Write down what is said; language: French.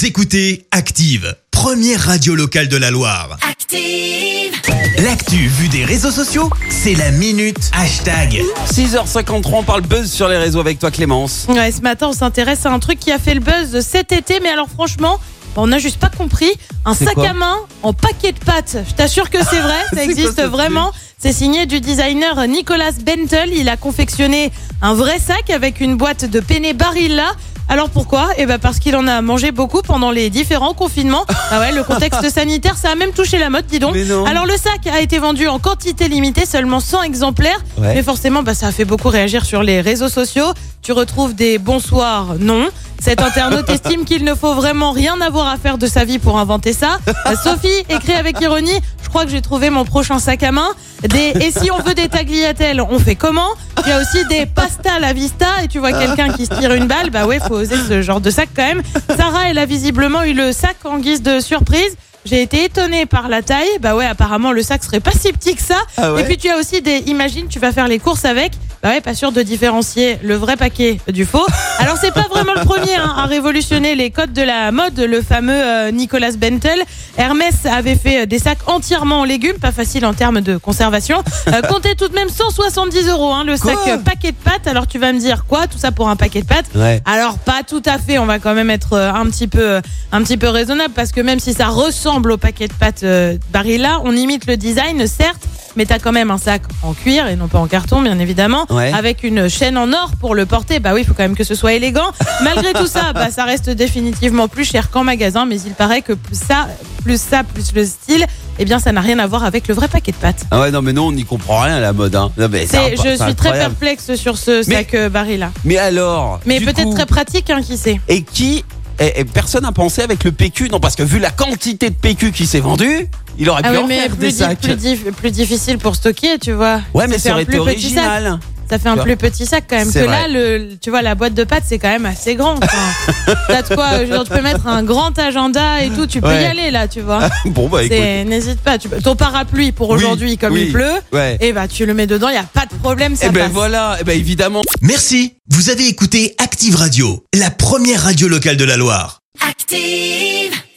Vous écoutez Active, première radio locale de la Loire. Active. L'actu vue des réseaux sociaux, c'est la minute hashtag. 6h53, on parle buzz sur les réseaux avec toi Clémence. Ouais, ce matin, on s'intéresse à un truc qui a fait le buzz cet été, mais alors franchement, on n'a juste pas compris. Un C'est sac quoi à main en paquet de pâtes. Je t'assure que c'est vrai, ça C'est existe quoi ce vraiment. C'est signé du designer Nicolas Bentel. Il a confectionné un vrai sac avec une boîte de penne Barilla. Alors pourquoi ? Parce qu'il en a mangé beaucoup pendant les différents confinements. Ah ouais, le contexte sanitaire, ça a même touché la mode, dis donc. Mais non. Alors le sac a été vendu en quantité limitée, seulement 100 exemplaires. Ouais. Mais forcément, ça a fait beaucoup réagir sur les réseaux sociaux. Tu retrouves des bonsoirs, non. Cet internaute estime qu'il ne faut vraiment rien avoir à faire de sa vie pour inventer ça. Sophie écrit avec ironie: je crois que j'ai trouvé mon prochain sac à main. Et si on veut des tagliatelles, on fait comment ? Il y a aussi des pasta à la vista et tu vois quelqu'un qui se tire une balle, faut oser ce genre de sac quand même. Sarah, elle a visiblement eu le sac en guise de surprise. J'ai été étonnée par la taille. Apparemment le sac serait pas si petit que ça. Ah ouais. Et puis tu as aussi imagine, tu vas faire les courses avec. Pas sûr de différencier le vrai paquet du faux. Alors c'est pas vraiment le premier à révolutionner les codes de la mode, le fameux Nicolas Bentel. Hermès avait fait des sacs entièrement en légumes, pas facile en termes de conservation. Comptez tout de même 170 €, le sac paquet de pâtes. Alors tu vas me dire quoi, tout ça pour un paquet de pâtes ? Ouais. Alors pas tout à fait, on va quand même être un petit peu raisonnable, parce que même si ça ressemble au paquet de pâtes Barilla, on imite le design certes, mais t'as quand même un sac en cuir et non pas en carton, bien évidemment, Ouais. avec une chaîne en or pour le porter. Il faut quand même que ce soit élégant. Malgré tout ça, ça reste définitivement plus cher qu'en magasin, mais il paraît que plus le style, ça n'a rien à voir avec le vrai paquet de pâtes. Ah ouais, non mais nous on n'y comprend rien à la mode. Hein. Non, mais Je suis très incroyable. perplexe sur ce sac Barilla. Mais alors Mais du peut-être coup, très pratique, qui sait. et personne n'a pensé avec le PQ, non, parce que vu la quantité de PQ qui s'est vendu, il aurait pu en faire des sacs. Plus difficile pour stocker, tu vois. Ouais, mais ça fait aurait un été plus petit sac. original. Ça fait un plus petit sac quand même. C'est Que vrai. là, tu vois, la boîte de pâtes, c'est quand même assez grand. T'as de quoi, tu peux mettre un grand agenda et tout. Tu peux y Ouais. aller là, tu vois. Bon écoute. N'hésite pas. Ton parapluie pour aujourd'hui, comme il pleut, Ouais. tu le mets dedans, il y a pas de problème, ça passe. Voilà, évidemment. Merci, vous avez écouté Active Radio, la première radio locale de la Loire. Active.